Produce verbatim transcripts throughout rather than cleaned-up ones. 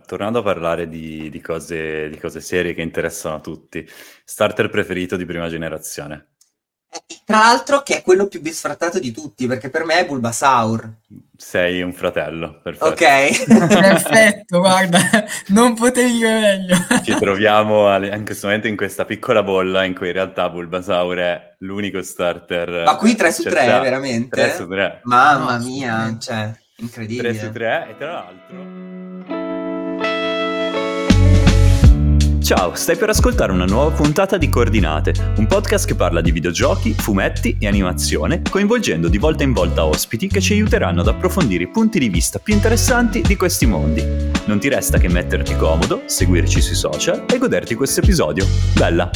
tornando a parlare di, di cose, di cose serie che interessano a tutti, starter preferito di prima generazione? Tra l'altro che è quello più bisfrattato di tutti, perché per me è Bulbasaur. Sei un fratello, Ok. perfetto. Perfetto, guarda, non potevi dire meglio. Ci troviamo alle- in questo momento in questa piccola bolla in cui in realtà Bulbasaur è l'unico starter. Ma qui tre su C'è tre, già veramente? tre su tre. Mamma No, mia, assolutamente. cioè, tre su incredibile. tre e tra l'altro... Ciao, stai per ascoltare una nuova puntata di Coordinate, un podcast che parla di videogiochi, fumetti e animazione, coinvolgendo di volta in volta ospiti che ci aiuteranno ad approfondire i punti di vista più interessanti di questi mondi. Non ti resta che metterti comodo, seguirci sui social e goderti questo episodio. Bella!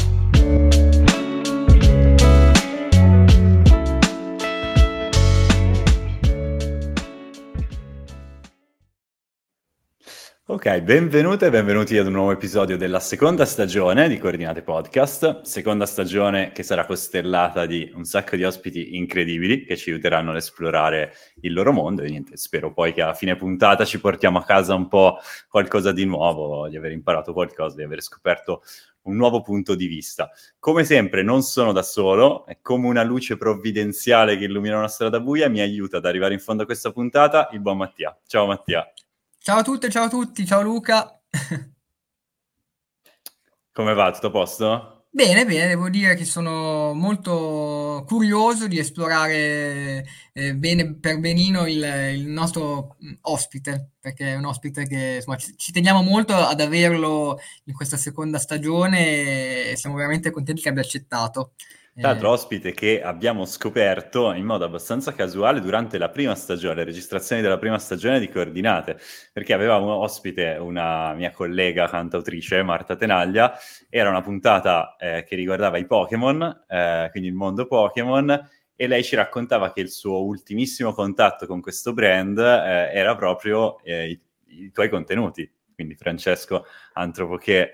Ok, benvenute e benvenuti ad un nuovo episodio della seconda stagione di Coordinate Podcast, seconda stagione che sarà costellata di un sacco di ospiti incredibili che ci aiuteranno ad esplorare il loro mondo e niente, spero poi che a fine puntata ci portiamo a casa un po' qualcosa di nuovo, di aver imparato qualcosa, di aver scoperto un nuovo punto di vista. Come sempre non sono da solo, è come una luce provvidenziale che illumina una strada buia, mi aiuta ad arrivare in fondo a questa puntata il buon Mattia. Ciao Mattia. Ciao a tutte, ciao a tutti, ciao Luca. Come va? Tutto a posto? Bene, bene, devo dire che sono molto curioso di esplorare eh, bene per benino il, il nostro mh, ospite, perché è un ospite che insomma, ci, ci teniamo molto ad averlo in questa seconda stagione e siamo veramente contenti che abbia accettato. Tra l'altro Eh, ospite che abbiamo scoperto in modo abbastanza casuale durante la prima stagione, le registrazioni della prima stagione di Coordinate, perché avevamo ospite una mia collega cantautrice, Marta Tenaglia, era una puntata eh, che riguardava i Pokémon, eh, quindi il mondo Pokémon, e lei ci raccontava che il suo ultimissimo contatto con questo brand eh, era proprio eh, i, i tuoi contenuti, quindi Francesco Antropoché,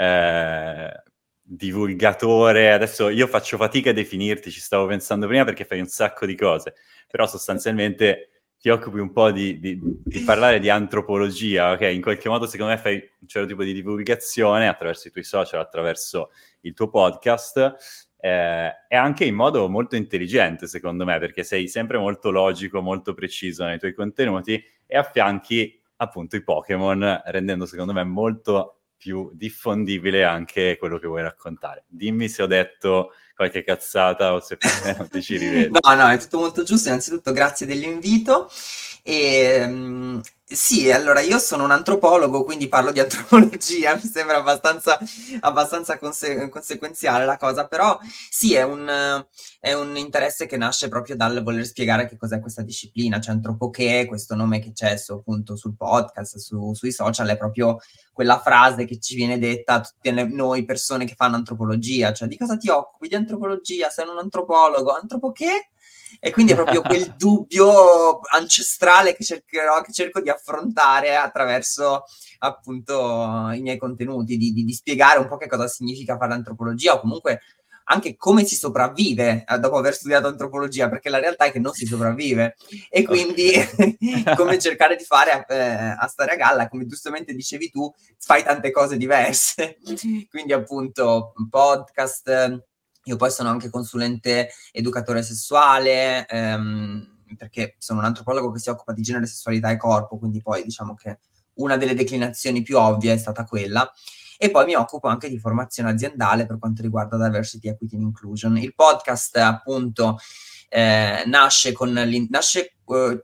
eh, divulgatore, adesso io faccio fatica a definirti, ci stavo pensando prima perché fai un sacco di cose, però sostanzialmente ti occupi un po' di, di, di parlare di antropologia, ok? In qualche modo secondo me fai un certo tipo di divulgazione attraverso i tuoi social, attraverso il tuo podcast, eh, e anche in modo molto intelligente secondo me, perché sei sempre molto logico, molto preciso nei tuoi contenuti e affianchi appunto i Pokémon, rendendo secondo me molto più diffondibile anche quello che vuoi raccontare. Dimmi se ho detto qualche cazzata o se per me non ti ci rivedi. No, no, è tutto molto giusto. Innanzitutto grazie dell'invito. E, mm, sì, allora io sono un antropologo, quindi parlo di antropologia, mi sembra abbastanza, abbastanza conse- conseguenziale la cosa, però sì, è un, eh, è un interesse che nasce proprio dal voler spiegare che cos'è questa disciplina, cioè antropoché, questo nome che c'è su, appunto sul podcast, su- sui social, è proprio quella frase che ci viene detta a tutte le- noi persone che fanno antropologia, cioè di cosa ti occupi? Di antropologia, sei un antropologo, antropoché? E quindi è proprio quel dubbio ancestrale che cercherò, che cerco di affrontare attraverso appunto i miei contenuti, di, di, di spiegare un po' che cosa significa fare antropologia o comunque anche come si sopravvive eh, dopo aver studiato antropologia, perché la realtà è che non si sopravvive e quindi Okay. come cercare di fare eh, a stare a galla, come giustamente dicevi tu, fai tante cose diverse, quindi appunto podcast, io poi sono anche consulente educatore sessuale, ehm, perché sono un antropologo che si occupa di genere, sessualità e corpo, quindi poi diciamo che una delle declinazioni più ovvie è stata quella. E poi mi occupo anche di formazione aziendale per quanto riguarda diversity, equity and inclusion. Il podcast appunto eh, nasce con nasce eh,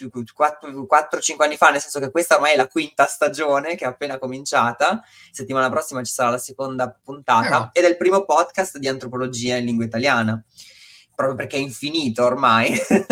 quattro cinque anni fa, nel senso che questa ormai è la quinta stagione che è appena cominciata. Settimana prossima ci sarà la seconda puntata però, ed è il primo podcast di antropologia in lingua italiana, proprio perché è infinito ormai.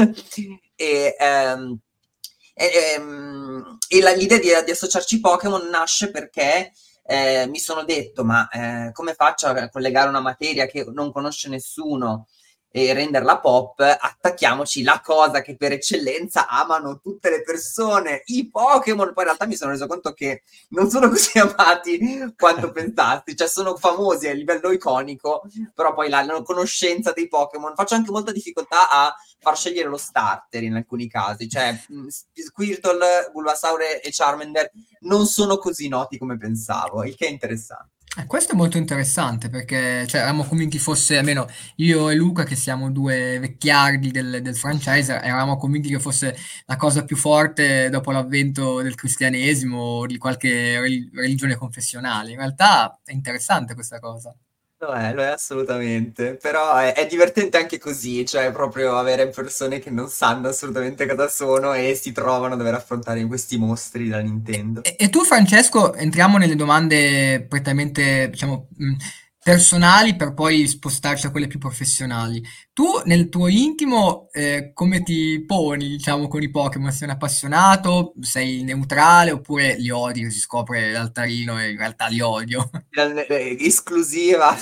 e ehm, e, ehm, e la, l'idea di, di associarci Pokémon nasce perché eh, mi sono detto, ma eh, come faccio a collegare una materia che non conosce nessuno e renderla pop, attacchiamoci la cosa che per eccellenza amano tutte le persone, i Pokémon. Poi in realtà mi sono reso conto che non sono così amati quanto pensasti, cioè sono famosi a livello iconico, però poi la, la conoscenza dei Pokémon, faccio anche molta difficoltà a far scegliere lo starter in alcuni casi, cioè Squirtle, Bulbasaur e Charmander non sono così noti come pensavo, il che è interessante. Eh, questo è molto interessante perché cioè, eravamo convinti fosse, almeno io e Luca, che siamo due vecchiardi del, del franchise, eravamo convinti che fosse la cosa più forte dopo l'avvento del cristianesimo o di qualche rel- religione confessionale. In realtà è interessante questa cosa. Lo è, lo è assolutamente, però è, è divertente anche così, cioè proprio avere persone che non sanno assolutamente cosa sono e si trovano a dover affrontare questi mostri da Nintendo. E, e tu, Francesco, entriamo nelle domande prettamente, diciamo, mh, personali per poi spostarci a quelle più professionali. Tu, nel tuo intimo, eh, come ti poni, diciamo, con i Pokémon? Sei un appassionato? Sei neutrale? Oppure li odi? Si scopre l'altarino e in realtà li odio. Eh, esclusiva.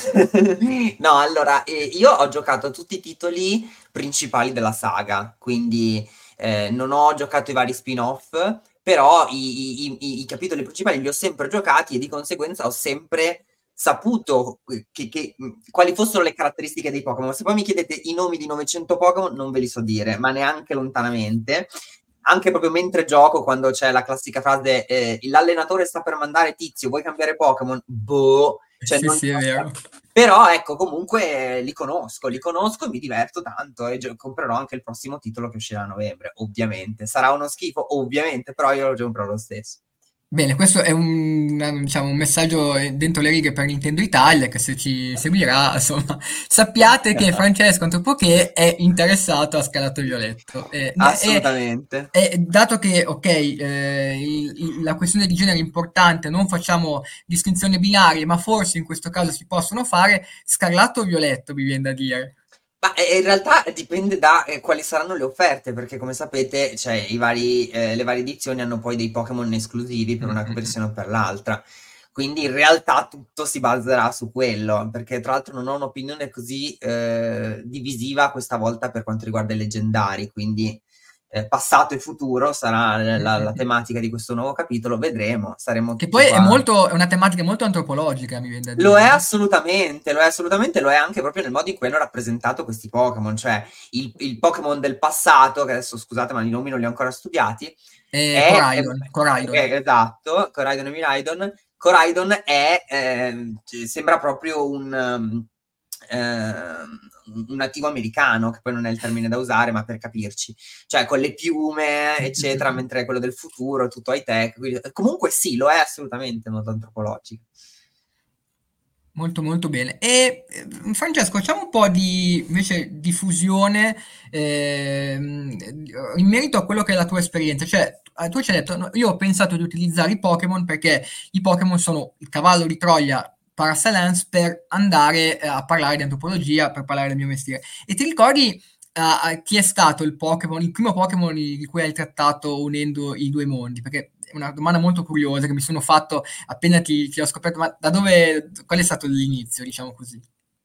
No, allora, eh, io ho giocato tutti i titoli principali della saga, quindi eh, non ho giocato i vari spin-off, però i, i- i- i capitoli principali li ho sempre giocati e di conseguenza ho sempre saputo che- che- quali fossero le caratteristiche dei Pokémon. Se poi mi chiedete i nomi di novecento Pokémon, non ve li so dire, ma neanche lontanamente. Anche proprio mentre gioco, quando c'è la classica frase eh, l'allenatore sta per mandare Tizio, vuoi cambiare Pokémon? Boh, cioè Sì, non sì, è vero. però ecco, comunque eh, li conosco, li conosco e mi diverto tanto e gio- comprerò anche il prossimo titolo che uscirà a novembre, ovviamente. Sarà uno schifo, ovviamente, però io lo comprerò lo stesso. Bene, questo è un, diciamo, un messaggio eh, dentro le righe per Nintendo Italia, che se ci seguirà, insomma, sappiate che Francesco Antropoché è interessato a Scalato Violetto. E, e- Assolutamente. e dato che, ok, eh, il- il- la questione di genere è importante, non facciamo distinzioni binarie, ma forse in questo caso si possono fare Scarlatto o Violetto, mi viene da dire. Ma eh, in realtà dipende da eh, quali saranno le offerte, perché come sapete, cioè, i vari, eh, le varie edizioni hanno poi dei Pokémon esclusivi per Mm, una mm, mm. versione o per l'altra. Quindi in realtà tutto si baserà su quello, perché tra l'altro non ho un'opinione così eh, divisiva questa volta per quanto riguarda i leggendari, quindi eh, passato e futuro sarà Mm, la, mm, la mm. tematica di questo nuovo capitolo, vedremo, saremo Che tutti poi è qua. molto, è una tematica molto antropologica, mi viene da Lo è dire, no? assolutamente, lo è assolutamente, lo è anche proprio nel modo in cui hanno rappresentato questi Pokémon, cioè il, il Pokémon del passato, che adesso scusate ma i nomi non li ho ancora studiati, Eh, è, è- Coraidon, Coraidon. è- esatto, Coraidon e Miraidon, Coraidon è, ehm, cioè, sembra proprio un, um, ehm, un nativo americano, che poi non è il termine da usare, ma per capirci, cioè con le piume, Mm, mm, eccetera, mm, mm. mentre quello del futuro è tutto high tech, quindi- comunque sì, lo è assolutamente molto antropologico. Molto molto bene. E eh, Francesco, facciamo un po' di invece diffusione ehm, in merito a quello che è la tua esperienza. Cioè, eh, tu ci hai detto, no, io ho pensato di utilizzare i Pokémon perché i Pokémon sono il cavallo di Troia par excellence per andare eh, a parlare di antropologia, per parlare del mio mestiere. E ti ricordi eh, chi è stato il Pokémon, il primo Pokémon di di cui hai trattato unendo i due mondi? Perché è una domanda molto curiosa che mi sono fatto appena ti, ti ho scoperto, ma da dove, qual è stato l'inizio, diciamo così?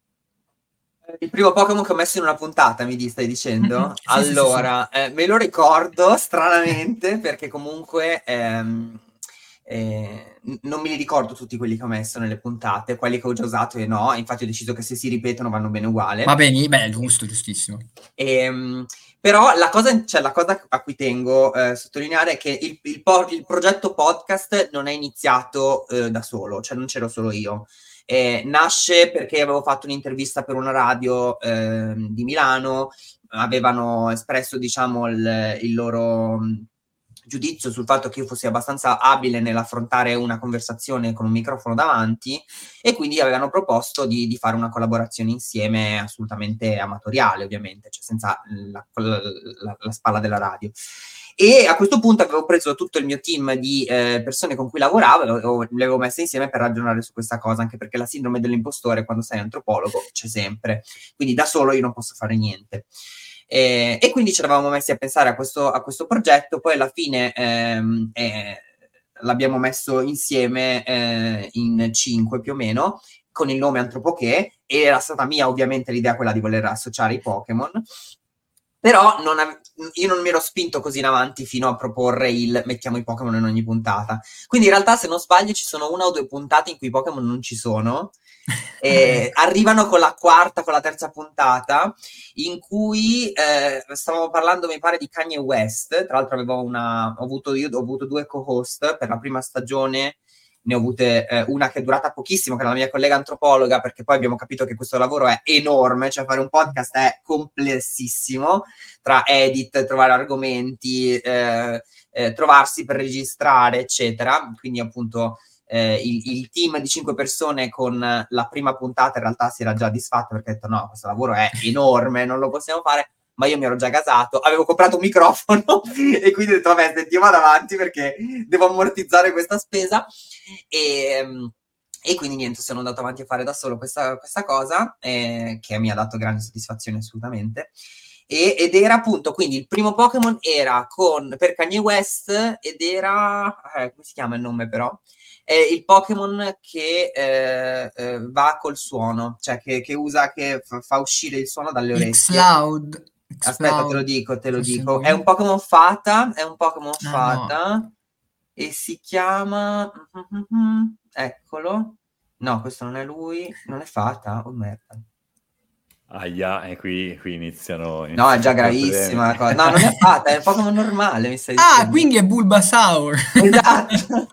Il primo Pokémon che ho messo in una puntata, mi di- stai Mm, mm, dicendo? sì, sì, sì, sì. Allora, eh, me lo ricordo stranamente perché comunque ehm, eh, n- non me li ricordo tutti quelli che ho messo nelle puntate, quelli che ho già usato e no, infatti ho deciso che se si ripetono vanno bene Va uguale. bene, beh, giusto, giustissimo. Ehm, però la cosa, cioè, la cosa a cui tengo a sottolineare è che il, il po- il progetto podcast non è iniziato eh, da solo, cioè non c'ero solo io. Eh, nasce perché avevo fatto un'intervista per una radio ehm, di Milano, avevano espresso, diciamo, il, il loro mh, giudizio sul fatto che io fossi abbastanza abile nell'affrontare una conversazione con un microfono davanti e quindi avevano proposto di, di fare una collaborazione insieme assolutamente amatoriale, ovviamente, cioè senza la, la, la, la spalla della radio. E a questo punto avevo preso tutto il mio team di eh, persone con cui lavoravo e lo- le avevo messe insieme per ragionare su questa cosa, anche perché la sindrome dell'impostore quando sei antropologo c'è sempre, quindi da solo io non posso fare niente. Eh, e quindi ci eravamo messi a pensare a questo, a questo progetto, poi alla fine ehm, eh, l'abbiamo messo insieme eh, in cinque più o meno, con il nome Antropoché, era stata mia ovviamente l'idea quella di voler associare i Pokémon, però non ave- io non mi ero spinto così in avanti fino a proporre il mettiamo i Pokémon in ogni puntata. Quindi in realtà, se non sbaglio, ci sono una o due puntate in cui i Pokémon non ci sono. E arrivano con la quarta, con la terza puntata, in cui eh, stavamo parlando, mi pare, di Kanye West. Tra l'altro avevo una, ho avuto, io ho avuto due co-host per la prima stagione. Ne ho avute eh, una che è durata pochissimo, che era la mia collega antropologa, perché poi abbiamo capito che questo lavoro è enorme, cioè fare un podcast è complessissimo, tra edit, trovare argomenti, eh, eh, trovarsi per registrare, eccetera. Quindi appunto eh, il, il team di cinque persone con la prima puntata in realtà si era già disfatto, perché ha detto no, questo lavoro è enorme, non lo possiamo fare. Ma io mi ero già gasato, avevo comprato un microfono e quindi ho detto vabbè, senti, io vado avanti perché devo ammortizzare questa spesa. E, e quindi niente, sono andato avanti a fare da solo questa, questa cosa, eh, che mi ha dato grande soddisfazione assolutamente. E, ed era appunto, quindi il primo Pokémon era con, per Kanye West, ed era, eh, come si chiama il nome però? È il Pokémon che eh, eh, va col suono, cioè che, che usa, che fa, fa uscire il suono dalle orecchie. X-Loud. Aspetta, te lo dico, te lo forse dico. lui. È un Pokémon fata, è un Pokémon Ah, fata, no. e si chiama... Eccolo. No, questo non è lui, non è fata, oh merda. Aia, e qui, qui iniziano, No, è iniziano già i gravissima la problemi. cosa. No, non è fata, è un Pokémon normale, mi stai Ah, dicendo. quindi è Bulbasaur. Esatto.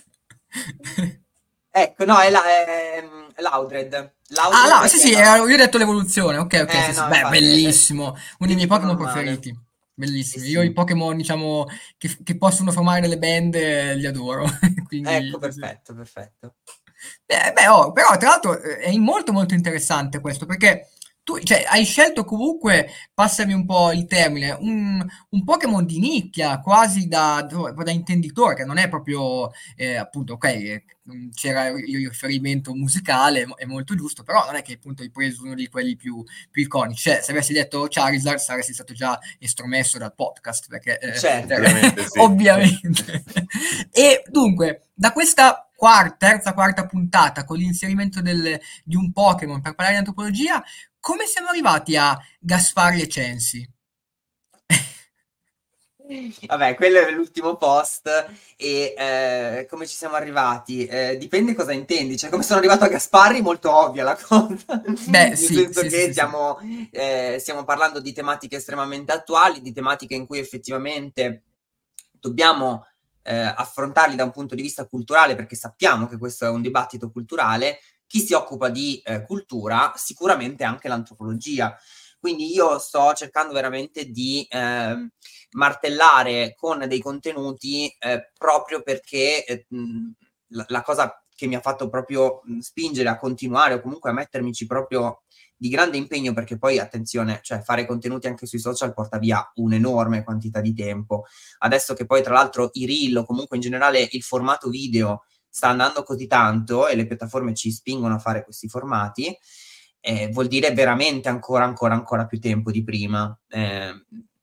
Ecco, no, è, la, è, è Laudred. Ah, Laudred no, sì, che sì, è la- io ho detto l'evoluzione. Ok, ok, Eh, sì, sì. no, Beh, infatti, è- è bellissimo. Uno di dei miei tipo Pokémon normale. preferiti. Sì, Bellissimi. sì. Io i Pokémon, diciamo, che, che possono formare delle band, eh, li adoro. Quindi, Ecco, sì, sì. perfetto, perfetto. Beh, beh, oh, però tra l'altro eh, è molto molto interessante questo, perché tu, cioè, hai scelto comunque, passami un po' il termine, un, un Pokémon di nicchia, quasi da, da intenditore, che non è proprio, eh, appunto, ok, eh, c'era il riferimento musicale, è molto giusto, però non è che appunto hai preso uno di quelli più, più iconici. Cioè, se avessi detto Charizard saresti stato già estromesso dal podcast, perché eh, Certo. Ovviamente sì. ovviamente. E dunque, da questa quarta, terza, quarta puntata, con l'inserimento del, di un Pokémon per parlare di antropologia, come siamo arrivati a Gaspari e Censi? Vabbè, quello è l'ultimo post e eh, come ci siamo arrivati? Eh, dipende cosa intendi, cioè come sono arrivato a Gasparri, molto ovvia la cosa, Beh, nel sì, senso sì, sì, che sì, sì. stiamo, eh, stiamo parlando di tematiche estremamente attuali, di tematiche in cui effettivamente dobbiamo eh, affrontarli da un punto di vista culturale, perché sappiamo che questo è un dibattito culturale. Chi si occupa di eh, cultura, sicuramente anche l'antropologia. Quindi io sto cercando veramente di eh, martellare con dei contenuti eh, proprio perché eh, mh, la, la cosa che mi ha fatto proprio mh, spingere a continuare o comunque a mettermici proprio di grande impegno, perché poi attenzione, cioè fare contenuti anche sui social porta via un'enorme quantità di tempo. Adesso che poi tra l'altro i reel o comunque in generale il formato video sta andando così tanto e le piattaforme ci spingono a fare questi formati, eh, vuol dire veramente ancora, ancora, ancora più tempo di prima. Eh,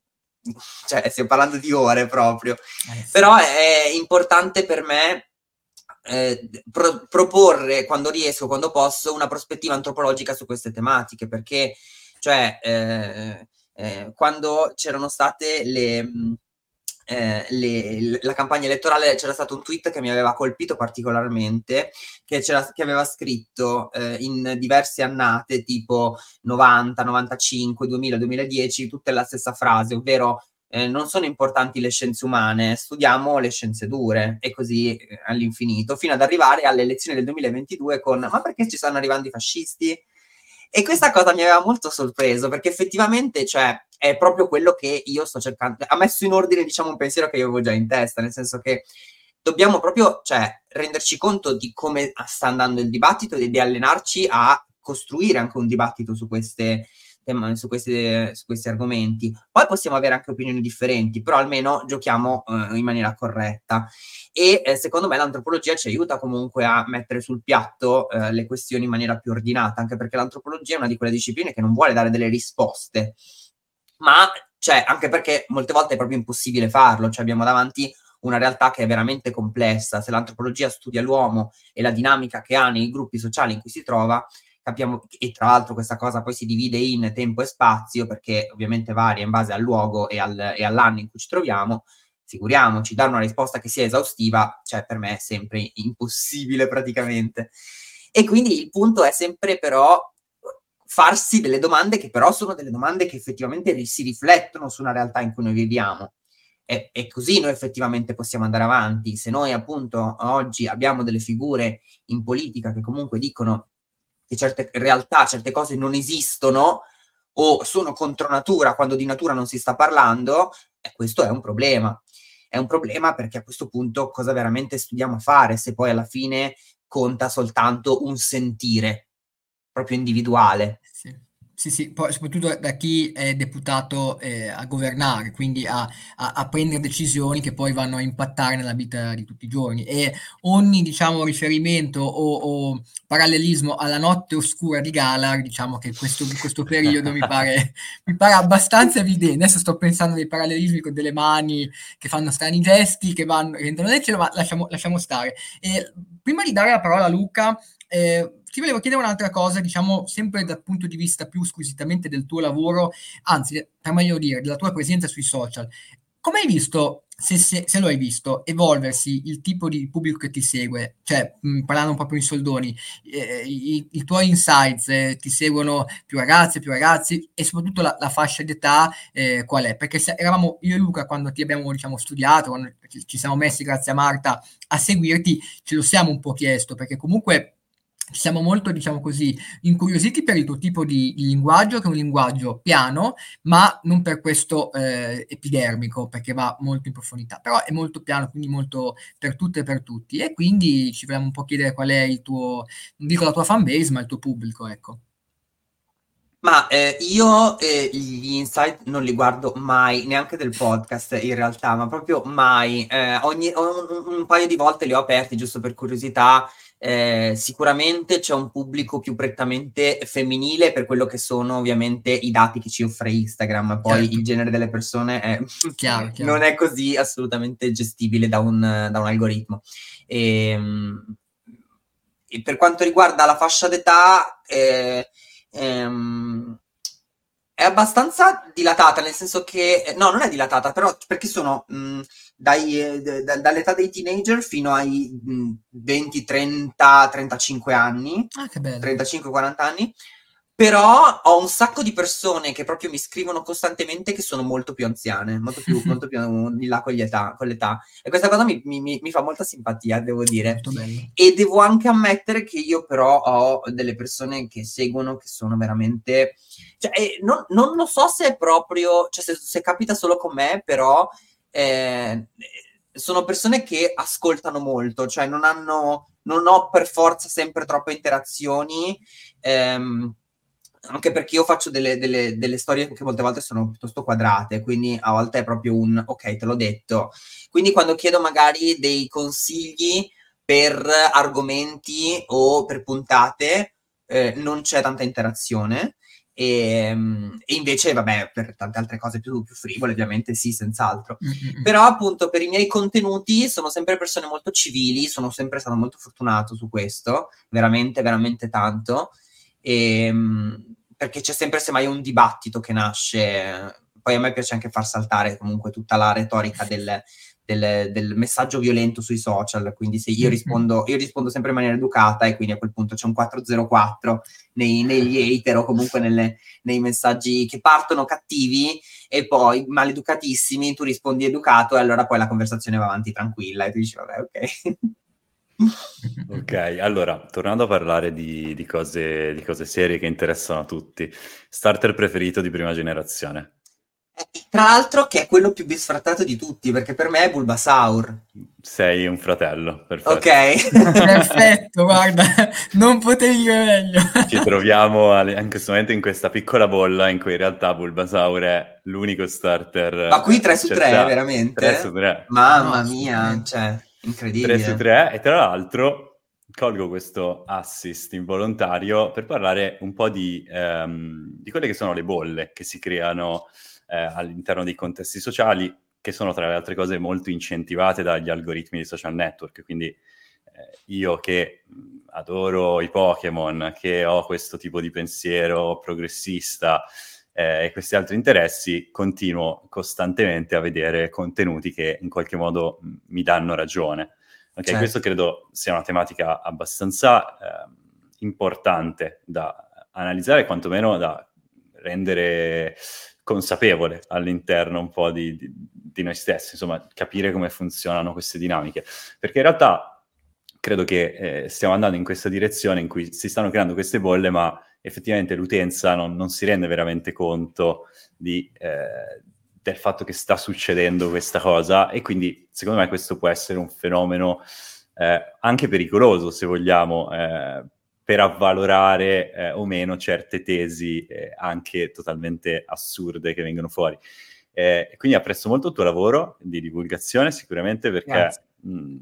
cioè, stiamo parlando di ore proprio. Eh, sì. Però è importante per me eh, pro- proporre, quando riesco, quando posso, una prospettiva antropologica su queste tematiche, perché, cioè, eh, eh, quando c'erano state le... mh, eh, le, la campagna elettorale, c'era stato un tweet che mi aveva colpito particolarmente, che, c'era, che aveva scritto eh, in diverse annate, tipo novanta, novantacinque, duemila, duemiladieci, tutte la stessa frase, ovvero eh, non sono importanti le scienze umane, studiamo le scienze dure, e così eh, all'infinito, fino ad arrivare alle elezioni del duemilaventidue con ma perché ci stanno arrivando i fascisti? E questa cosa mi aveva molto sorpreso, perché effettivamente, cioè, è proprio quello che io sto cercando, ha messo in ordine, diciamo, un pensiero che io avevo già in testa, nel senso che dobbiamo proprio, cioè, renderci conto di come sta andando il dibattito e di allenarci a costruire anche un dibattito su queste su questi, su questi argomenti. Poi possiamo avere anche opinioni differenti, però almeno giochiamo eh, in maniera corretta. E eh, secondo me l'antropologia ci aiuta comunque a mettere sul piatto eh, le questioni in maniera più ordinata, anche perché l'antropologia è una di quelle discipline che non vuole dare delle risposte, ma cioè, anche perché molte volte è proprio impossibile farlo, cioè abbiamo davanti una realtà che è veramente complessa. Se l'antropologia studia l'uomo e la dinamica che ha nei gruppi sociali in cui si trova, capiamo, e tra l'altro questa cosa poi si divide in tempo e spazio, perché ovviamente varia in base al luogo e, al, e all'anno in cui ci troviamo, figuriamoci, dare una risposta che sia esaustiva, cioè per me è sempre impossibile praticamente. E quindi il punto è sempre però farsi delle domande che però sono delle domande che effettivamente si riflettono su una realtà in cui noi viviamo. E, e così noi effettivamente possiamo andare avanti. Se noi appunto oggi abbiamo delle figure in politica che comunque dicono che certe realtà, certe cose non esistono o sono contro natura quando di natura non si sta parlando, e questo è un problema. È un problema perché a questo punto cosa veramente studiamo a fare se poi alla fine conta soltanto un sentire proprio individuale. Sì. Sì, sì, poi soprattutto da chi è deputato eh, a governare, quindi a, a- a prendere decisioni che poi vanno a impattare nella vita di tutti i giorni. E ogni, diciamo, riferimento o, o parallelismo alla notte oscura di Galar, diciamo che questo, in questo periodo mi pare, mi pare abbastanza evidente. Adesso sto pensando dei parallelismi con delle mani che fanno strani gesti, che vanno, che entrano nel cielo, ma lasciamo, lasciamo stare. E prima di dare la parola a Luca, eh, ti volevo chiedere un'altra cosa, diciamo, sempre dal punto di vista più squisitamente del tuo lavoro, anzi, per meglio dire, della tua presenza sui social. Come hai visto, se, se- se lo hai visto, evolversi il tipo di pubblico che ti segue? Cioè, mh, parlando un po' più in soldoni, eh, i, i tuoi insights, eh, ti seguono più ragazze, più ragazzi e soprattutto la, la fascia d'età, eh, qual è? Perché se- eravamo io e Luca quando ti abbiamo, diciamo, studiato, quando ci ci siamo messi, grazie a Marta, a seguirti, ce lo siamo un po' chiesto, perché comunque ci siamo molto, diciamo così, incuriositi per il tuo tipo di, di linguaggio, che è un linguaggio piano, ma non per questo eh, epidermico, perché va molto in profondità, però è molto piano, quindi molto per tutte e per tutti. E quindi ci vogliamo un po' chiedere qual è il tuo, non dico la tua fan base, ma il tuo pubblico, ecco. Ma eh, io eh, gli insight non li guardo mai, neanche del podcast in realtà, ma proprio mai. Eh, ogni, un, un paio di volte li ho aperti giusto per curiosità. Eh, sicuramente c'è un pubblico più prettamente femminile per quello che sono ovviamente i dati che ci offre Instagram. Poi Certo, il genere delle persone è- chiaro, non chiaro. è così assolutamente gestibile da un, da un algoritmo. E, e per quanto riguarda la fascia d'età, eh, ehm, è abbastanza dilatata, nel senso che, no, non è dilatata, però perché sono mh, dai, eh, d- d- dall'età dei teenager fino ai mh, venti, trenta, trentacinque anni, Ah, che bello. trentacinque quaranta anni, però ho un sacco di persone che proprio mi scrivono costantemente che sono molto più anziane, molto più, molto più in là con gli età, con l'età. E questa cosa mi, mi- mi- mi fa molta simpatia, devo dire. Molto bello. E devo anche ammettere che io però ho delle persone che seguono che sono veramente... Cioè, eh, non, non lo so se è proprio... Cioè, se, se capita solo con me, però... eh, sono persone che ascoltano molto, cioè non hanno... Non ho per forza sempre troppe interazioni, ehm, anche perché io faccio delle, delle, delle storie che molte volte sono piuttosto quadrate, quindi a volte è proprio un ok, te l'ho detto. Quindi quando chiedo magari dei consigli per argomenti o per puntate, eh, non c'è tanta interazione. E, e invece, vabbè, per tante altre cose più, più frivole, ovviamente sì, senz'altro. Mm, mm, mm. Però appunto per i miei contenuti sono sempre persone molto civili, sono sempre stato molto fortunato su questo, veramente, veramente tanto. E, perché c'è sempre semmai un dibattito che nasce. Poi a me piace anche far saltare comunque tutta la retorica del, del, del messaggio violento sui social, quindi se io Mm, mm. rispondo, io rispondo sempre in maniera educata e quindi a quel punto c'è un quattro zero quattro nei, negli hater o comunque nelle, nei messaggi che partono cattivi e poi maleducatissimi, tu rispondi educato e allora poi la conversazione va avanti tranquilla e tu dici vabbè ok. Ok, allora, tornando a parlare di, di cose, di cose serie che interessano a tutti, starter preferito di prima generazione? Tra l'altro che è quello più bisfrattato di tutti, perché per me è Bulbasaur. Sei un fratello, Ok. perfetto. Perfetto, guarda, non potevi dire meglio. Ci troviamo al- in questo momento in questa piccola bolla in cui in realtà Bulbasaur è l'unico starter Ma qui tre su tre, accettato. tre su veramente? tre. No, Mamma mia, assolutamente. cioè, tre su incredibile. tre e tra l'altro colgo questo assist involontario per parlare un po' di, ehm, di quelle che sono le bolle che si creano eh, all'interno dei contesti sociali, che sono tra le altre cose molto incentivate dagli algoritmi dei social network, quindi eh, io che adoro i Pokémon, che ho questo tipo di pensiero progressista eh, e questi altri interessi, continuo costantemente a vedere contenuti che in qualche modo mh, mi danno ragione. Ok, Certo. questo credo sia una tematica abbastanza eh, importante da analizzare, quantomeno da rendere consapevole all'interno un po' di, di, di noi stessi, insomma, capire come funzionano queste dinamiche. Perché in realtà credo che eh, stiamo andando in questa direzione in cui si stanno creando queste bolle, ma effettivamente l'utenza non, non si rende veramente conto di, eh, del fatto che sta succedendo questa cosa, e quindi secondo me questo può essere un fenomeno eh, anche pericoloso, se vogliamo, eh, per avvalorare eh, o meno certe tesi eh, anche totalmente assurde che vengono fuori. Eh, quindi apprezzo molto il tuo lavoro di divulgazione, sicuramente, perché mh,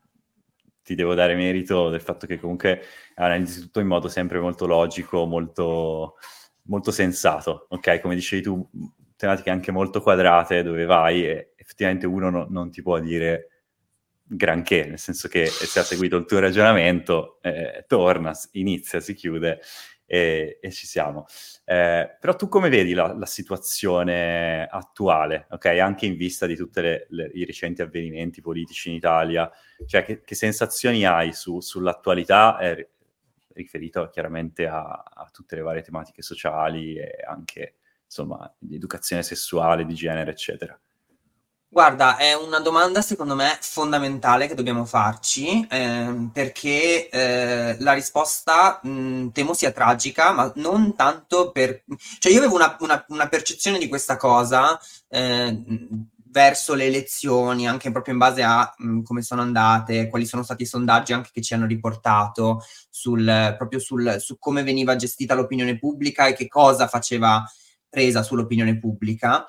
ti devo dare merito del fatto che comunque analizzi tutto in modo sempre molto logico, molto, molto sensato, ok? Come dicevi tu, tematiche anche molto quadrate dove vai e effettivamente uno no, non ti può dire granché, nel senso che se ha seguito il tuo ragionamento eh, torna, inizia, si chiude e, e ci siamo. Eh, però tu come vedi la, la situazione attuale, ok? Anche in vista di tutti i recenti avvenimenti politici in Italia, cioè che, che sensazioni hai su, sull'attualità, eh, riferito chiaramente a, a tutte le varie tematiche sociali e anche, insomma, di educazione sessuale, di genere, eccetera? Guarda, è una domanda secondo me fondamentale che dobbiamo farci, ehm, perché eh, la risposta mh, temo sia tragica, ma non tanto per... Cioè io avevo una, una- una percezione di questa cosa eh, mh, verso le elezioni, anche proprio in base a mh, come sono andate, quali sono stati i sondaggi anche che ci hanno riportato sul, proprio sul, su come veniva gestita l'opinione pubblica e che cosa faceva presa sull'opinione pubblica.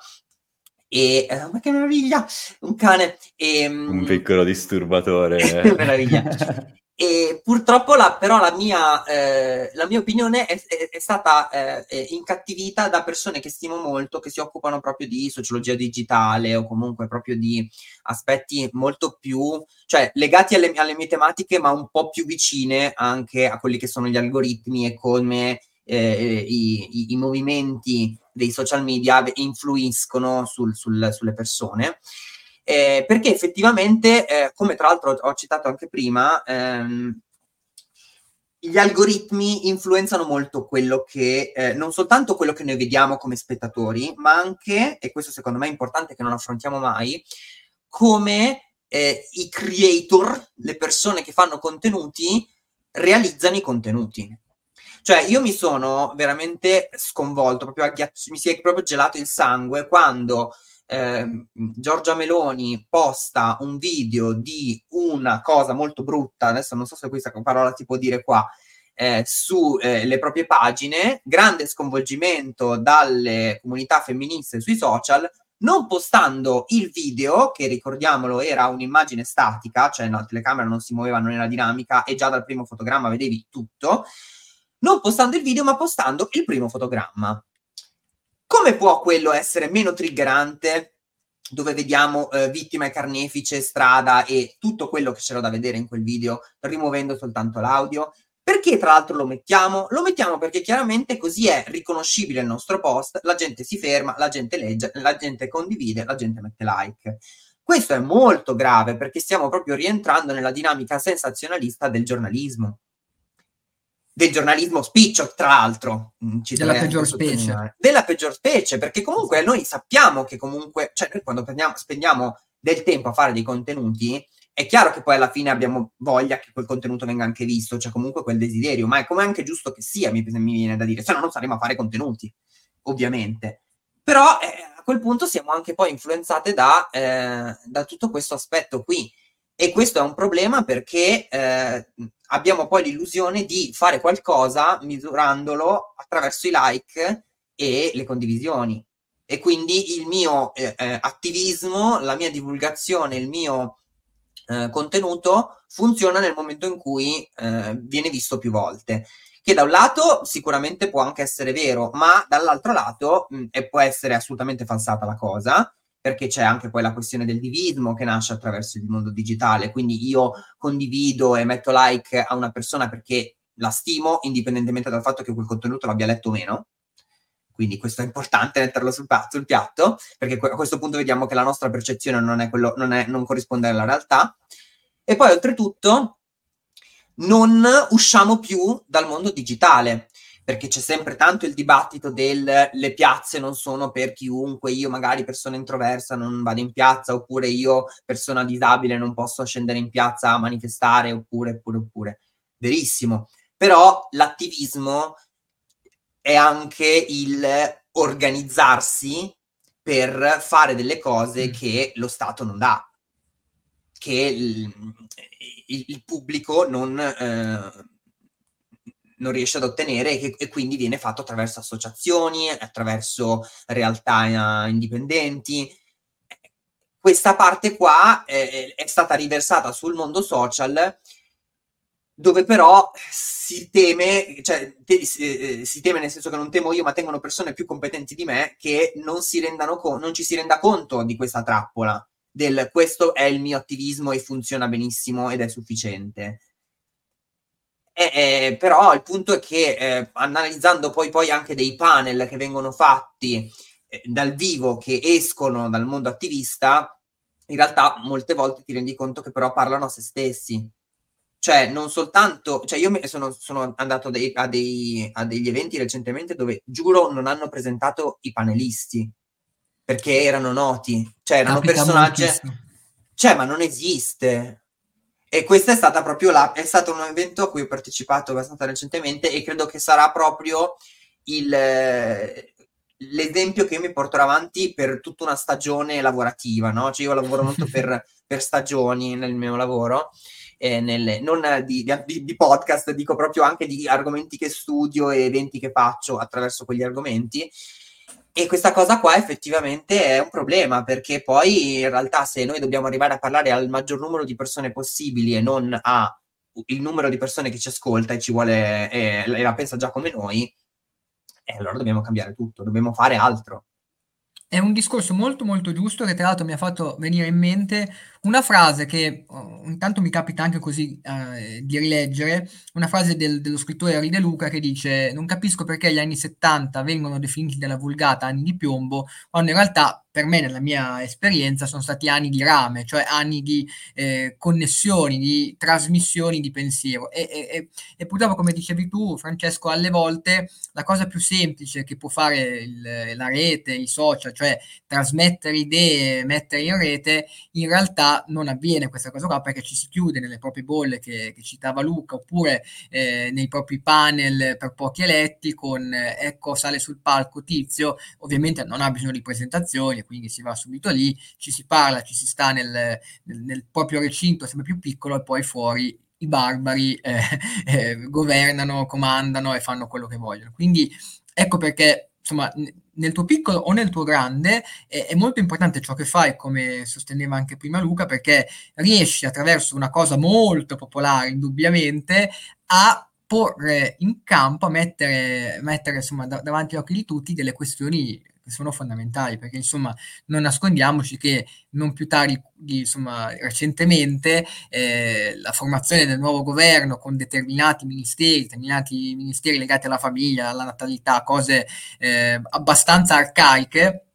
E eh, ma che meraviglia! Un cane. E, Un mm, piccolo disturbatore. meraviglia. E purtroppo la, però la mia, eh, la mia opinione è, è- è stata eh, eh, incattivita da persone che stimo molto, che si occupano proprio di sociologia digitale o comunque proprio di aspetti molto più, cioè legati alle, alle mie tematiche, ma un po' più vicine anche a quelli che sono gli algoritmi e come eh, i, i- i movimenti dei social media influiscono sul- sul- sulle persone. Eh, perché effettivamente, eh, come tra l'altro ho citato anche prima, ehm, gli algoritmi influenzano molto quello che, eh, non soltanto quello che noi vediamo come spettatori, ma anche, e questo secondo me è importante che non affrontiamo mai, come eh, i creator, le persone che fanno contenuti, realizzano i contenuti. Cioè, io mi sono veramente sconvolto, proprio agghiacci- mi si è proprio gelato il sangue quando ehm, Giorgia Meloni posta un video di una cosa molto brutta, adesso non so se questa parola si può dire qua, eh, sulle eh, proprie pagine, grande sconvolgimento dalle comunità femministe sui social, non postando il video, che ricordiamolo era un'immagine statica, cioè no, la telecamera non si muoveva, non era dinamica e già dal primo fotogramma vedevi tutto, non postando il video ma postando il primo fotogramma. Come può quello essere meno triggerante, dove vediamo eh, vittima e carnefice, strada e tutto quello che c'era da vedere in quel video, rimuovendo soltanto l'audio? Perché tra l'altro lo mettiamo? Lo mettiamo perché chiaramente così è riconoscibile il nostro post, la gente si ferma, la gente legge, la gente condivide, la gente mette like. Questo è molto grave perché stiamo proprio rientrando nella dinamica sensazionalista del giornalismo. Del giornalismo spiccio, tra l'altro, mm, ci Della terrei anche a peggior specie. sottolineare. Della peggior specie, perché comunque noi sappiamo che comunque, cioè noi quando prendiamo, spendiamo del tempo a fare dei contenuti, è chiaro che poi alla fine abbiamo voglia che quel contenuto venga anche visto, cioè comunque quel desiderio, ma è come anche giusto che sia, mi, mi viene da dire, se no non saremo a fare contenuti, ovviamente. Però eh, a quel punto siamo anche poi influenzate da, eh, da tutto questo aspetto qui. E questo è un problema perché eh, abbiamo poi l'illusione di fare qualcosa misurandolo attraverso i like e le condivisioni. E quindi il mio eh, eh, attivismo, la mia divulgazione, il mio eh, contenuto funziona nel momento in cui eh, viene visto più volte. Che da un lato sicuramente può anche essere vero, ma dall'altro lato mh, e può essere assolutamente falsata la cosa, perché c'è anche poi la questione del divismo che nasce attraverso il mondo digitale, quindi io condivido e metto like a una persona perché la stimo, indipendentemente dal fatto che quel contenuto l'abbia letto o meno. Quindi questo è importante metterlo sul, sul piatto, perché a questo punto vediamo che la nostra percezione non, è quello, non, è, non corrisponde alla realtà. E poi oltretutto non usciamo più dal mondo digitale, perché c'è sempre tanto il dibattito del le piazze non sono per chiunque, io magari persona introversa non vado in piazza, oppure io persona disabile non posso scendere in piazza a manifestare, oppure, oppure, oppure. Verissimo. Però l'attivismo è anche il organizzarsi per fare delle cose che lo Stato non dà, che il, il, il pubblico non, eh, non riesce ad ottenere e, che, e quindi viene fatto attraverso associazioni, attraverso realtà indipendenti. Questa parte qua è, è stata riversata sul mondo social, dove però si teme, cioè te, eh, si teme nel senso che non temo io, ma tengono persone più competenti di me che non si rendano co- non ci si renda conto di questa trappola del questo è il mio attivismo e funziona benissimo ed è sufficiente. E, eh, però il punto è che eh, analizzando poi, poi anche dei panel che vengono fatti eh, dal vivo, che escono dal mondo attivista, in realtà molte volte ti rendi conto che però parlano a se stessi. Cioè, non soltanto, cioè io sono, sono andato dei, a, dei, a degli eventi recentemente dove, giuro, non hanno presentato i panelisti, perché erano noti, cioè erano Capita personaggi, moltissimo. cioè, ma non esiste. E questa è stata proprio la, è stato un evento a cui ho partecipato abbastanza recentemente e credo che sarà proprio il, l'esempio che io mi porterò avanti per tutta una stagione lavorativa, no? Cioè io lavoro molto per, per stagioni nel mio lavoro. Eh, nelle, non di, di, di podcast, dico proprio anche di argomenti che studio e eventi che faccio attraverso quegli argomenti, e questa cosa qua effettivamente è un problema, perché poi in realtà se noi dobbiamo arrivare a parlare al maggior numero di persone possibili e non a il numero di persone che ci ascolta e ci vuole e, e la pensa già come noi, eh, allora dobbiamo cambiare tutto, dobbiamo fare altro. È un discorso molto molto giusto che tra l'altro mi ha fatto venire in mente una frase che oh, intanto mi capita anche così eh, di rileggere, una frase del- dello scrittore Henri De Luca che dice: non capisco perché gli anni settanta vengono definiti dalla vulgata anni di piombo, quando in realtà per me, nella mia esperienza, sono stati anni di rame, cioè anni di eh, connessioni, di trasmissioni di pensiero. E, e- e- e purtroppo, come dicevi tu, Francesco, alle volte la cosa più semplice che può fare il- la rete, i social, cioè trasmettere idee, mettere in rete, in realtà non avviene questa cosa qua perché ci si chiude nelle proprie bolle che, che citava Luca, oppure eh, nei propri panel per pochi eletti con eh, ecco sale sul palco Tizio, ovviamente non ha bisogno di presentazioni, quindi si va subito lì, ci si parla, ci si sta nel, nel, nel proprio recinto sempre più piccolo e poi fuori i barbari eh, eh, governano, comandano e fanno quello che vogliono. Quindi ecco perché, insomma, n- nel tuo piccolo o nel tuo grande è, è molto importante ciò che fai, come sosteneva anche prima Luca, perché riesci attraverso una cosa molto popolare, indubbiamente, a porre in campo, a mettere, mettere insomma, da- davanti agli occhi di tutti delle questioni che sono fondamentali, perché insomma non nascondiamoci che non più tardi, di, insomma, recentemente eh, la formazione del nuovo governo con determinati ministeri, determinati ministeri legati alla famiglia, alla natalità, cose eh, abbastanza arcaiche,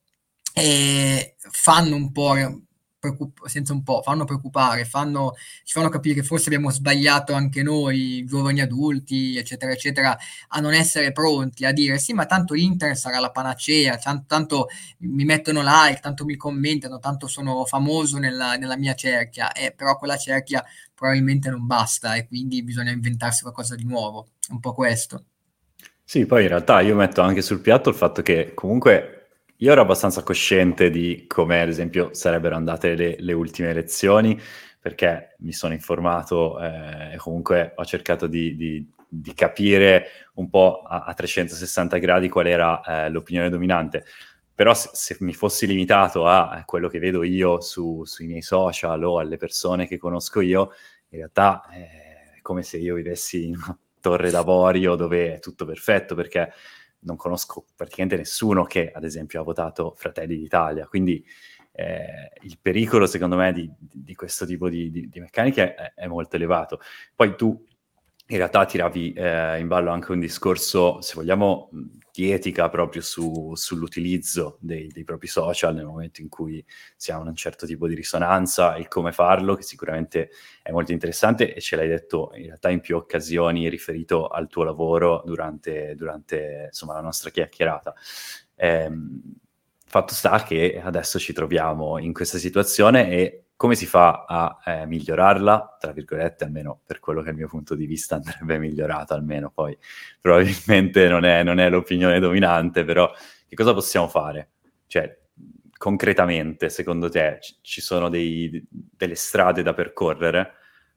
e fanno un po', preoccup- senza un po', fanno preoccupare, fanno, ci fanno capire che forse abbiamo sbagliato anche noi, giovani adulti, eccetera, eccetera, a non essere pronti a dire sì, ma tanto internet sarà la panacea, tanto, tanto mi mettono like, tanto mi commentano, tanto sono famoso nella, nella mia cerchia, eh, però quella cerchia probabilmente non basta e quindi bisogna inventarsi qualcosa di nuovo, un po' questo. Sì, poi in realtà io metto anche sul piatto il fatto che comunque io ero abbastanza cosciente di come, ad esempio, sarebbero andate le, le ultime elezioni, perché mi sono informato eh, e comunque ho cercato di, di- di capire un po' a, a trecentosessanta gradi qual era eh, l'opinione dominante. Però se, se mi fossi limitato a, a quello che vedo io su- sui miei social o alle persone che conosco io, in realtà eh, è come se io vivessi in una torre d'avorio dove è tutto perfetto, perché non conosco praticamente nessuno che, ad esempio, ha votato Fratelli d'Italia. Quindi eh, il pericolo, secondo me, di, di questo tipo di, di, di meccaniche è, è molto elevato. Poi tu in realtà tiravi eh, in ballo anche un discorso, se vogliamo, di etica proprio su, sull'utilizzo dei, dei propri social nel momento in cui si ha un certo tipo di risonanza, il come farlo, che sicuramente è molto interessante e ce l'hai detto in realtà in più occasioni riferito al tuo lavoro durante, durante insomma, la nostra chiacchierata. Ehm, fatto sta che adesso ci troviamo in questa situazione e come si fa a eh, migliorarla, tra virgolette, almeno per quello che è il mio punto di vista andrebbe migliorata, almeno poi probabilmente non è, non è l'opinione dominante, però che cosa possiamo fare? Cioè, concretamente, secondo te, c- ci sono dei, delle strade da percorrere?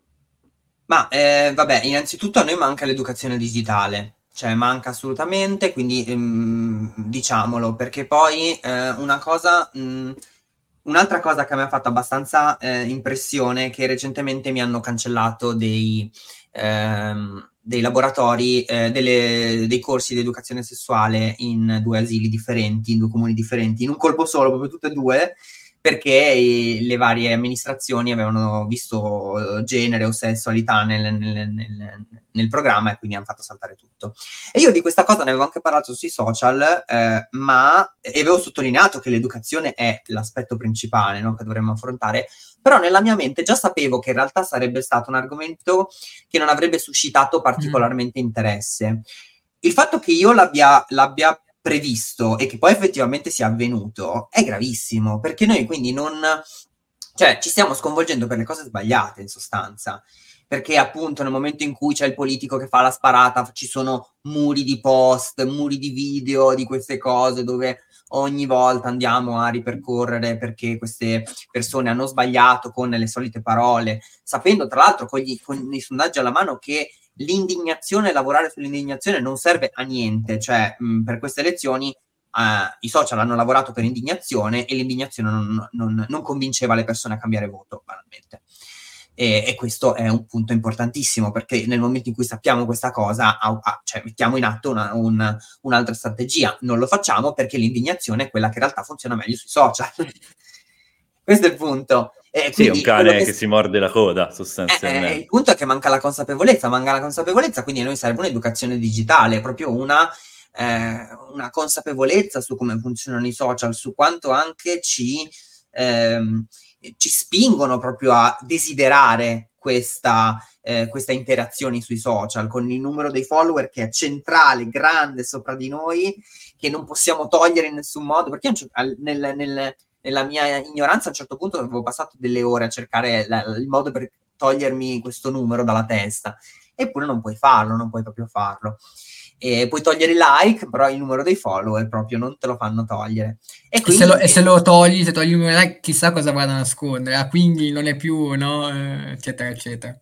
Ma eh, vabbè, innanzitutto a noi manca l'educazione digitale, cioè manca assolutamente, quindi ehm, diciamolo, perché poi eh, una cosa, mh, un'altra cosa che mi ha fatto abbastanza eh, impressione è che recentemente mi hanno cancellato dei, ehm, dei laboratori, eh, delle- dei corsi di educazione sessuale in due asili differenti, in due comuni differenti, in un colpo solo, proprio tutte e due, perché i- le varie amministrazioni avevano visto eh, genere o sessualità nel, nel- nel- nel programma e quindi hanno fatto saltare tutto. E io di questa cosa ne avevo anche parlato sui social, eh, ma e avevo sottolineato che l'educazione è l'aspetto principale, no, che dovremmo affrontare, però nella mia mente già sapevo che in realtà sarebbe stato un argomento che non avrebbe suscitato particolarmente interesse. Il fatto che io l'abbia, l'abbia previsto e che poi effettivamente sia avvenuto è gravissimo, perché noi quindi non, cioè ci stiamo sconvolgendo per le cose sbagliate in sostanza, perché appunto nel momento in cui c'è il politico che fa la sparata ci sono muri di post, muri di video di queste cose dove ogni volta andiamo a ripercorrere perché queste persone hanno sbagliato con le solite parole, sapendo tra l'altro con, gli, con i sondaggi alla mano che l'indignazione, lavorare sull'indignazione non serve a niente, cioè mh, per queste elezioni Uh, i social hanno lavorato per indignazione e l'indignazione non, non, non convinceva le persone a cambiare voto, banalmente. E, e questo è un punto importantissimo, perché nel momento in cui sappiamo questa cosa, ah, ah, cioè mettiamo in atto una, un, un'altra strategia. Non lo facciamo perché l'indignazione è quella che in realtà funziona meglio sui social. Questo è il punto. E Sì, è un quindi quello cane che, che si morde la coda, eh, eh, il sostanzialmente. punto è che manca la consapevolezza, manca la consapevolezza, quindi a noi serve un'educazione digitale, proprio una, eh, una consapevolezza su come funzionano i social, su quanto anche ci, ehm, ci spingono proprio a desiderare questa, eh, questa interazione sui social, con il numero dei follower che è centrale, grande sopra di noi, che non possiamo togliere in nessun modo, perché io nel, nel nella mia ignoranza a un certo punto avevo passato delle ore a cercare la, il modo per togliermi questo numero dalla testa, eppure non puoi farlo, non puoi proprio farlo. E puoi togliere i like, però il numero dei follower proprio non te lo fanno togliere. E, E quindi, se lo, e se lo togli, se togli il numero like, chissà cosa avrà da nascondere, ah, quindi non è più, no? Eh, eccetera, eccetera.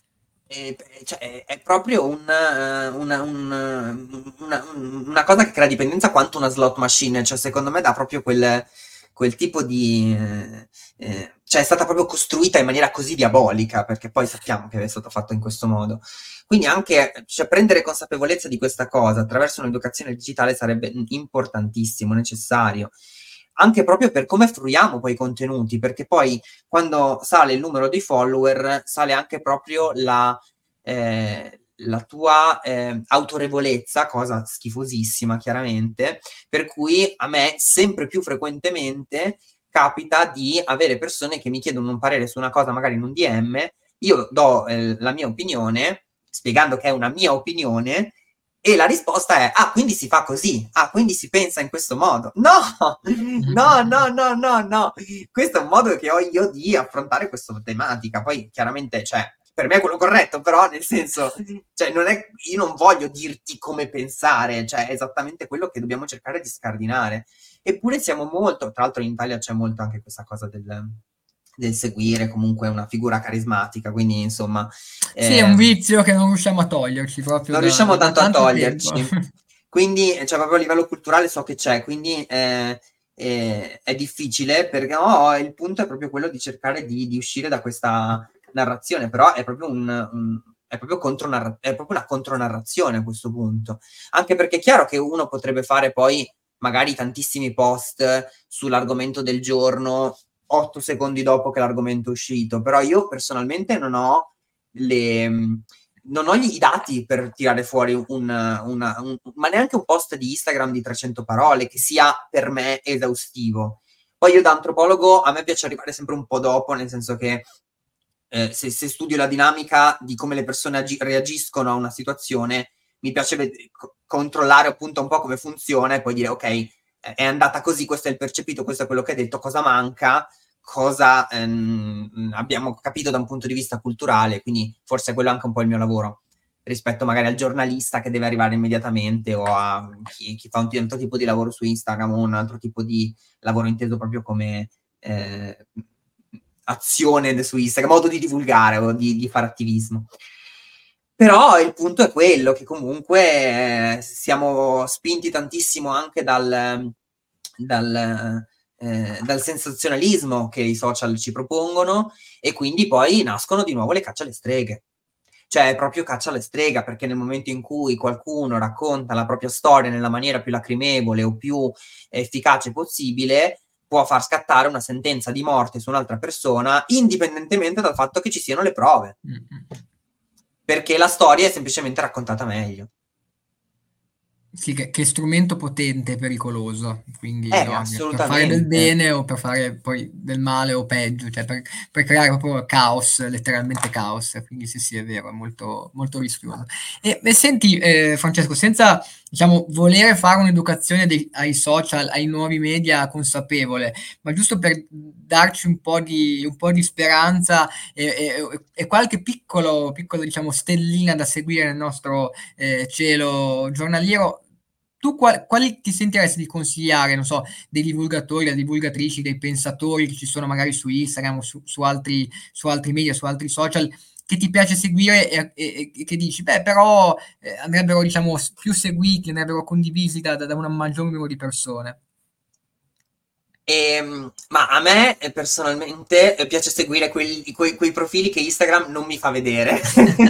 E, cioè, è proprio un, una, un, una, una cosa che crea dipendenza quanto una slot machine, cioè secondo me dà proprio quel, quel tipo di... Eh, cioè è stata proprio costruita in maniera così diabolica, perché poi sappiamo che è stato fatto in questo modo. Quindi anche cioè, prendere consapevolezza di questa cosa attraverso un'educazione digitale sarebbe importantissimo, necessario, anche proprio per come fruiamo poi i contenuti, perché poi quando sale il numero dei follower sale anche proprio la, eh, la tua eh, autorevolezza, cosa schifosissima chiaramente, per cui a me sempre più frequentemente capita di avere persone che mi chiedono un parere su una cosa magari in un D M, io do eh, la mia opinione, spiegando che è una mia opinione, e la risposta è, ah, quindi si fa così, ah, quindi si pensa in questo modo. No, no, no, no, no, no. Questo è un modo che ho io di affrontare questa tematica. Poi, chiaramente, cioè, per me è quello corretto, però, nel senso, cioè, non è, io non voglio dirti come pensare, cioè, è esattamente quello che dobbiamo cercare di scardinare. Eppure siamo molto, tra l'altro in Italia c'è molto anche questa cosa del, del seguire comunque una figura carismatica, quindi, insomma... Sì, è un ehm, vizio che non riusciamo a toglierci proprio non da, riusciamo da- da tanto a tanto tempo. toglierci. Quindi, cioè, proprio a livello culturale so che c'è, quindi eh, eh, è difficile perché no, il punto è proprio quello di cercare di, di uscire da questa narrazione, però è proprio un, un è proprio, contronarra- è proprio una contronarrazione a questo punto. Anche perché è chiaro che uno potrebbe fare poi magari tantissimi post sull'argomento del giorno otto secondi dopo che l'argomento è uscito, però io personalmente non ho le... non ho i dati per tirare fuori un, una, un, ma neanche un post di Instagram di trecento parole che sia per me esaustivo. Poi io da antropologo a me piace arrivare sempre un po' dopo, nel senso che eh, se, se studio la dinamica di come le persone agi- reagiscono a una situazione, mi piace ved- controllare appunto un po' come funziona e poi dire ok, è andata così, questo è il percepito, questo è quello che hai detto, cosa manca, cosa ehm, abbiamo capito da un punto di vista culturale, quindi forse quello è anche un po' il mio lavoro, rispetto magari al giornalista che deve arrivare immediatamente o a chi, chi fa un altro tipo di lavoro su Instagram o un altro tipo di lavoro inteso proprio come eh, azione su Instagram, modo di divulgare o di, di fare attivismo. Però il punto è quello, che comunque eh, siamo spinti tantissimo anche dal, dal, eh, dal sensazionalismo che i social ci propongono, e quindi poi nascono di nuovo le caccia alle streghe. Cioè è proprio caccia alle streghe, perché nel momento in cui qualcuno racconta la propria storia nella maniera più lacrimevole o più efficace possibile, può far scattare una sentenza di morte su un'altra persona, indipendentemente dal fatto che ci siano le prove. Mm-hmm. Perché la storia è semplicemente raccontata meglio. Sì, che, che strumento potente e pericoloso, quindi eh, no, assolutamente. per fare del bene o per fare poi del male o peggio, cioè per, per creare proprio caos, letteralmente caos, quindi sì sì è vero, è molto, molto rischioso. E, e senti eh, Francesco, senza diciamo volere fare un'educazione dei, ai social, ai nuovi media consapevole, ma giusto per darci un po' di, un po' di speranza e, e, e qualche piccolo, piccolo diciamo stellina da seguire nel nostro eh, cielo giornaliero, tu qual, quali ti sentiresti di consigliare, non so, dei divulgatori, delle divulgatrici, dei pensatori che ci sono magari su Instagram o su, su, altri, su altri media, su altri social, che ti piace seguire e, e, e che dici, beh, però eh, andrebbero, diciamo, più seguiti, andrebbero condivisi da, da, da un maggior numero di persone? E, ma a me personalmente piace seguire quelli, quei, quei profili che Instagram non mi fa vedere.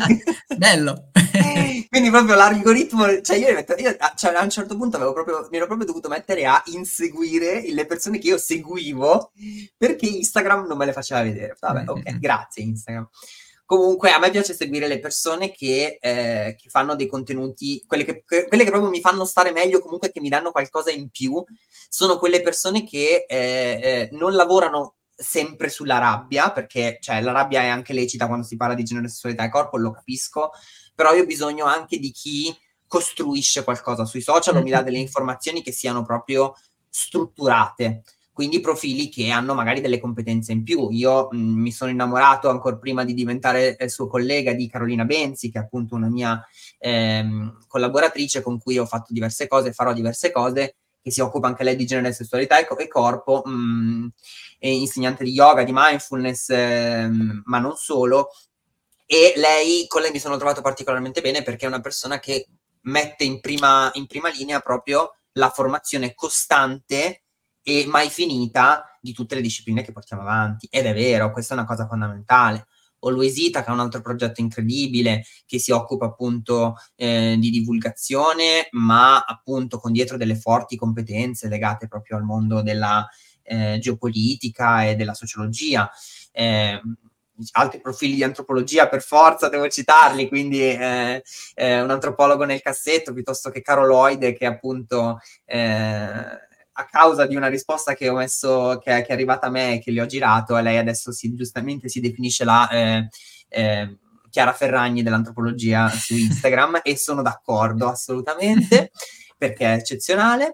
Bello. Quindi proprio l'algoritmo, cioè io, io cioè a un certo punto avevo proprio, mi ero proprio dovuto mettere a inseguire le persone che io seguivo perché Instagram non me le faceva vedere. Vabbè, ok, grazie Instagram. Comunque a me piace seguire le persone che, eh, che fanno dei contenuti, quelle che, que- quelle che proprio mi fanno stare meglio, comunque che mi danno qualcosa in più, sono quelle persone che eh, eh, non lavorano sempre sulla rabbia, perché cioè, la rabbia è anche lecita quando si parla di genere, sessualità e corpo, lo capisco, però io ho bisogno anche di chi costruisce qualcosa sui social o mi dà delle informazioni che siano proprio strutturate. Quindi profili che hanno magari delle competenze in più. Io mh, mi sono innamorato ancora prima di diventare eh, suo collega di Carolina Benzi, che è appunto una mia ehm, collaboratrice con cui ho fatto diverse cose, farò diverse cose, che si occupa anche lei di genere, sessualità e, co- e corpo, mh, è insegnante di yoga, di mindfulness, ehm, ma non solo. E lei, con lei mi sono trovato particolarmente bene perché è una persona che mette in prima, in prima linea proprio la formazione costante e mai finita di tutte le discipline che portiamo avanti. Ed è vero, questa è una cosa fondamentale. O Luisita, che ha un altro progetto incredibile, che si occupa appunto eh, di divulgazione, ma appunto con dietro delle forti competenze legate proprio al mondo della eh, geopolitica e della sociologia. Eh, altri profili di antropologia per forza devo citarli, quindi eh, eh, un antropologo nel cassetto piuttosto che Caroloide, che appunto eh, a causa di una risposta che ho messo, che, che è arrivata a me e che gli ho girato, e lei adesso si, giustamente si definisce la eh, eh, Chiara Ferragni dell'antropologia su Instagram e sono d'accordo assolutamente perché è eccezionale.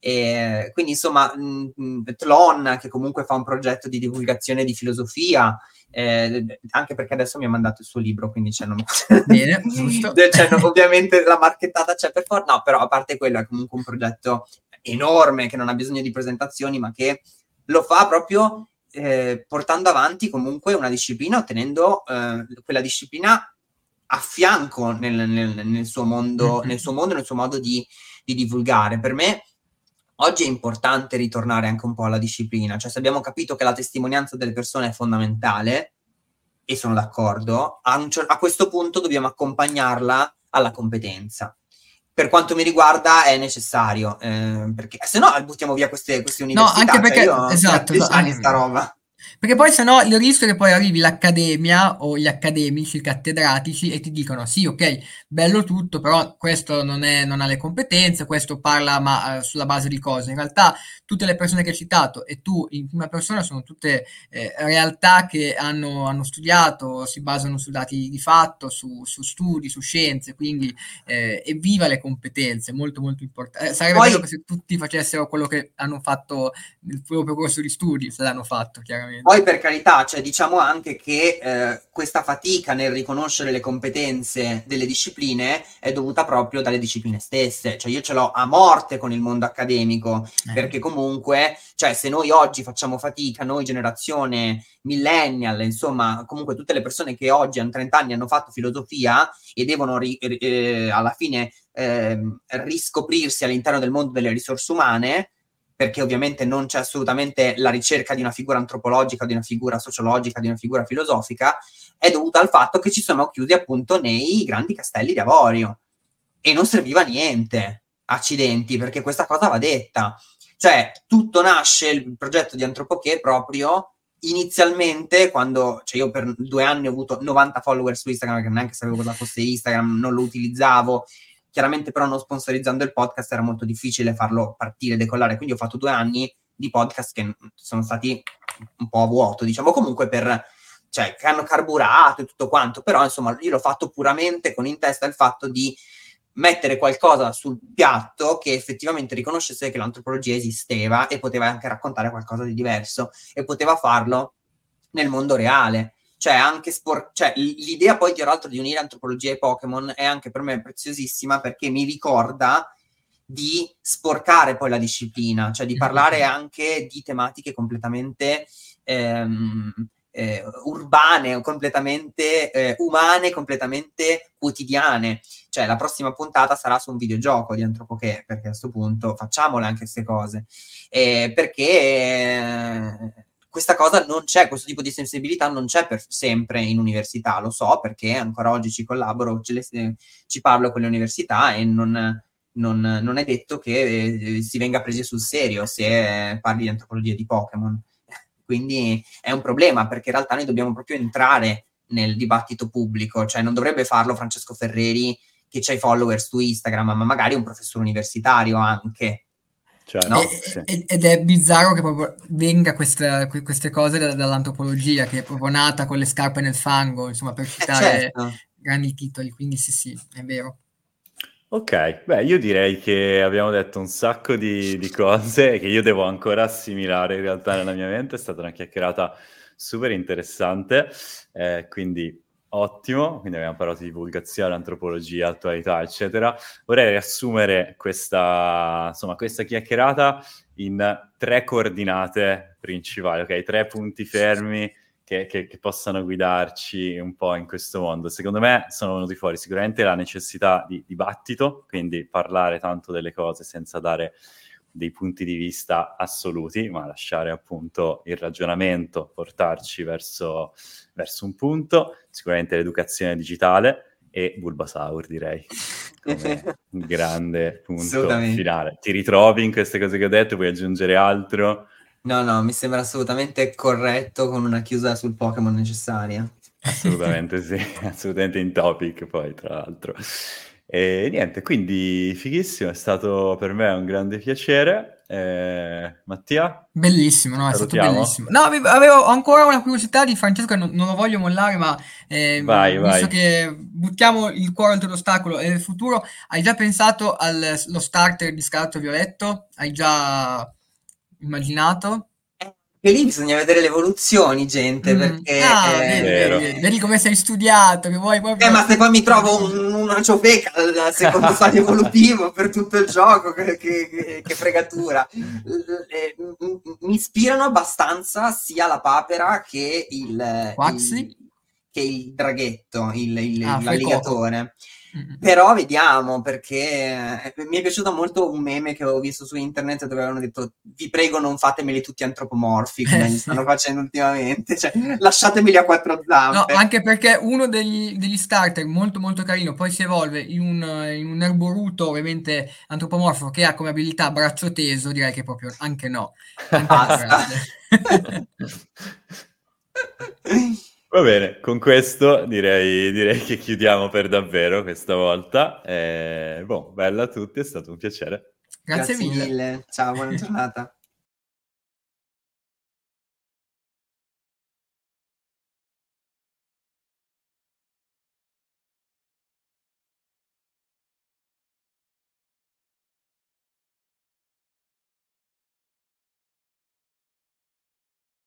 E quindi insomma mh, Tlon, che comunque fa un progetto di divulgazione di filosofia, eh, anche perché adesso mi ha mandato il suo libro, quindi c'è non... Bene, giusto. C'è, ovviamente la marchettata c'è per forza, no, però a parte quello è comunque un progetto enorme che non ha bisogno di presentazioni, ma che lo fa proprio eh, portando avanti comunque una disciplina, ottenendo eh, quella disciplina a fianco nel, nel, nel suo mondo, nel suo mondo, nel suo modo di, di divulgare. Per me oggi è importante ritornare anche un po' alla disciplina, cioè se abbiamo capito che la testimonianza delle persone è fondamentale, e sono d'accordo, a, un, a questo punto dobbiamo accompagnarla alla competenza. Per quanto mi riguarda è necessario, eh, perché se no buttiamo via queste, queste università. No, anche perché, cioè io esatto, dieci anni sta roba. Perché poi se no il rischio è che poi arrivi l'accademia o gli accademici, i cattedratici e ti dicono sì, ok, bello tutto, però questo non è, non ha le competenze, questo parla ma eh, sulla base di cosa. In realtà tutte le persone che hai citato e tu in prima persona sono tutte eh, realtà che hanno, hanno studiato, si basano su dati di fatto, su, su studi, su scienze, quindi eh, evviva le competenze, molto molto importante. Eh, sarebbe bello Poi che se tutti facessero quello che hanno fatto nel loro percorso di studi, se l'hanno fatto chiaramente. Poi per carità, cioè, diciamo anche che eh, questa fatica nel riconoscere le competenze delle discipline è dovuta proprio dalle discipline stesse. Cioè io ce l'ho a morte con il mondo accademico, Eh. perché comunque, cioè, se noi oggi facciamo fatica, noi generazione millennial, insomma, comunque tutte le persone che oggi hanno trenta anni hanno fatto filosofia e devono ri- eh, alla fine eh, riscoprirsi all'interno del mondo delle risorse umane, perché ovviamente non c'è assolutamente la ricerca di una figura antropologica, di una figura sociologica, di una figura filosofica, è dovuta al fatto che ci siamo chiusi appunto nei grandi castelli di avorio e non serviva niente, accidenti, perché questa cosa va detta. Cioè, tutto nasce, il progetto di Anthropoché proprio inizialmente quando, cioè io per due anni ho avuto novanta follower su Instagram, che neanche sapevo cosa fosse Instagram, non lo utilizzavo. Chiaramente però non sponsorizzando il podcast era molto difficile farlo partire, decollare, quindi ho fatto due anni di podcast che sono stati un po' a vuoto, diciamo, comunque per, cioè, che hanno carburato e tutto quanto, però insomma io l'ho fatto puramente con in testa il fatto di mettere qualcosa sul piatto che effettivamente riconoscesse che l'antropologia esisteva e poteva anche raccontare qualcosa di diverso e poteva farlo nel mondo reale. Cioè anche spor- cioè, l'idea poi tra l'altro di unire antropologia e Pokémon è anche per me preziosissima, perché mi ricorda di sporcare poi la disciplina, cioè di parlare anche di tematiche completamente ehm, eh, urbane, completamente eh, umane, completamente quotidiane. Cioè la prossima puntata sarà su un videogioco di Anthropoché, perché a questo punto facciamole anche queste cose, eh, perché eh, questa cosa non c'è, questo tipo di sensibilità non c'è per sempre in università, lo so perché ancora oggi ci collaboro, ci, le, ci parlo con le università e non, non, non è detto che eh, si venga presi sul serio se parli di antropologia di Pokémon. Quindi è un problema, perché in realtà noi dobbiamo proprio entrare nel dibattito pubblico, cioè non dovrebbe farlo Francesco Ferreri che c'ha i follower su Instagram, ma magari un professore universitario anche. Cioè, no? E- sì. e- ed è bizzarro che proprio venga questa- que- queste cose da- dall'antropologia, che è proprio nata con le scarpe nel fango, insomma, per Eh, citare certo. grandi titoli, quindi sì, sì, è vero. Ok, beh, io direi che abbiamo detto un sacco di, di cose che io devo ancora assimilare in realtà nella mia mente. È stata una chiacchierata super interessante, eh, quindi ottimo. Quindi abbiamo parlato di divulgazione, antropologia, attualità, eccetera. Vorrei riassumere questa, insomma, questa chiacchierata in tre coordinate principali, ok? Tre punti fermi Che, che, che possano guidarci un po' in questo mondo. Secondo me sono venuti fuori sicuramente la necessità di dibattito, quindi parlare tanto delle cose senza dare dei punti di vista assoluti, ma lasciare appunto il ragionamento, portarci verso, verso un punto. Sicuramente l'educazione digitale e Bulbasaur, direi, come un grande punto finale. Ti ritrovi in queste cose che ho detto? Vuoi aggiungere altro? No, no, mi sembra assolutamente corretto, con una chiusa sul Pokémon necessaria. Assolutamente sì, assolutamente in topic poi, tra l'altro. E niente, quindi fighissimo, è stato per me un grande piacere. Eh, Mattia, Bellissimo, ci no, è stato salutiamo? bellissimo. No, avevo avevo ancora una curiosità di Francesco, e non, non lo voglio mollare, ma Vai, ehm, visto vai. che buttiamo il cuore oltre l'ostacolo e nel futuro, hai già pensato allo starter di Scarlatto Violetto? Hai già immaginato? E lì bisogna vedere le evoluzioni, gente, Mm. perché... Ah, vedi, vedi, Vero. vedi, vedi come sei studiato, che vuoi Eh, proprio... ma se poi mi trovo un- una ciofeca al secondo stadio evolutivo per tutto il gioco, che, che- che- che fregatura. L- eh, m- m- Mi ispirano abbastanza sia la papera che il, Quaxi? il- che il draghetto, il- Ah, il- Fuecoco. l'alligatore. Però vediamo, perché mi è piaciuto molto un meme che avevo visto su internet dove avevano detto: vi prego non fatemeli tutti antropomorfi come Eh, li sì. stanno facendo ultimamente, cioè lasciatemeli a quattro zampe. No, anche perché uno degli, degli starter molto molto carino poi si evolve in un, in un erboruto ovviamente antropomorfo che ha come abilità braccio teso, direi che proprio anche no, anche no, Basta. grazie. Va bene, con questo direi, direi che chiudiamo per davvero questa volta. Eh, boh, bella a tutti, è stato un piacere. Grazie Grazie mille. mille, ciao, buona giornata.